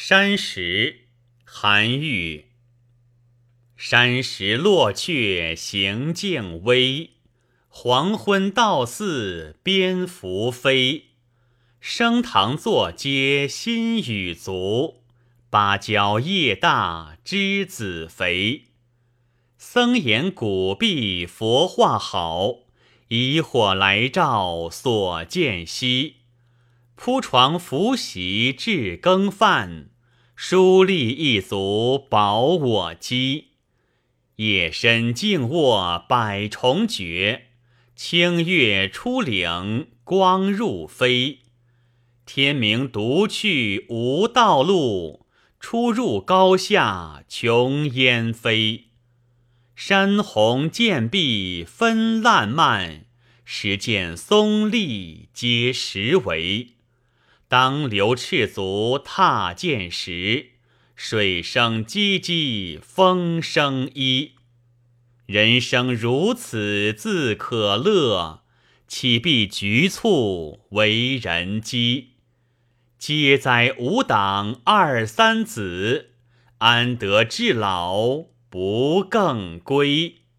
山石，韩愈。山石落却行径微，黄昏到寺蝙蝠飞。升堂坐阶新雨足，芭蕉叶大栀子肥。僧言古壁佛画好，以火来照所见稀。铺床拂席置羹饭，疏立一足保我饥。夜深静卧百虫绝，清月出岭光入飞。天明独去无道路，出入高下穷烟飞。山洪涧碧分烂漫，石见松立皆石为。当留赤足踏涧时，水声唧唧风声依。人生如此自可乐，岂必局促为人机。嗟哉吾党二三子，安得至老不更归。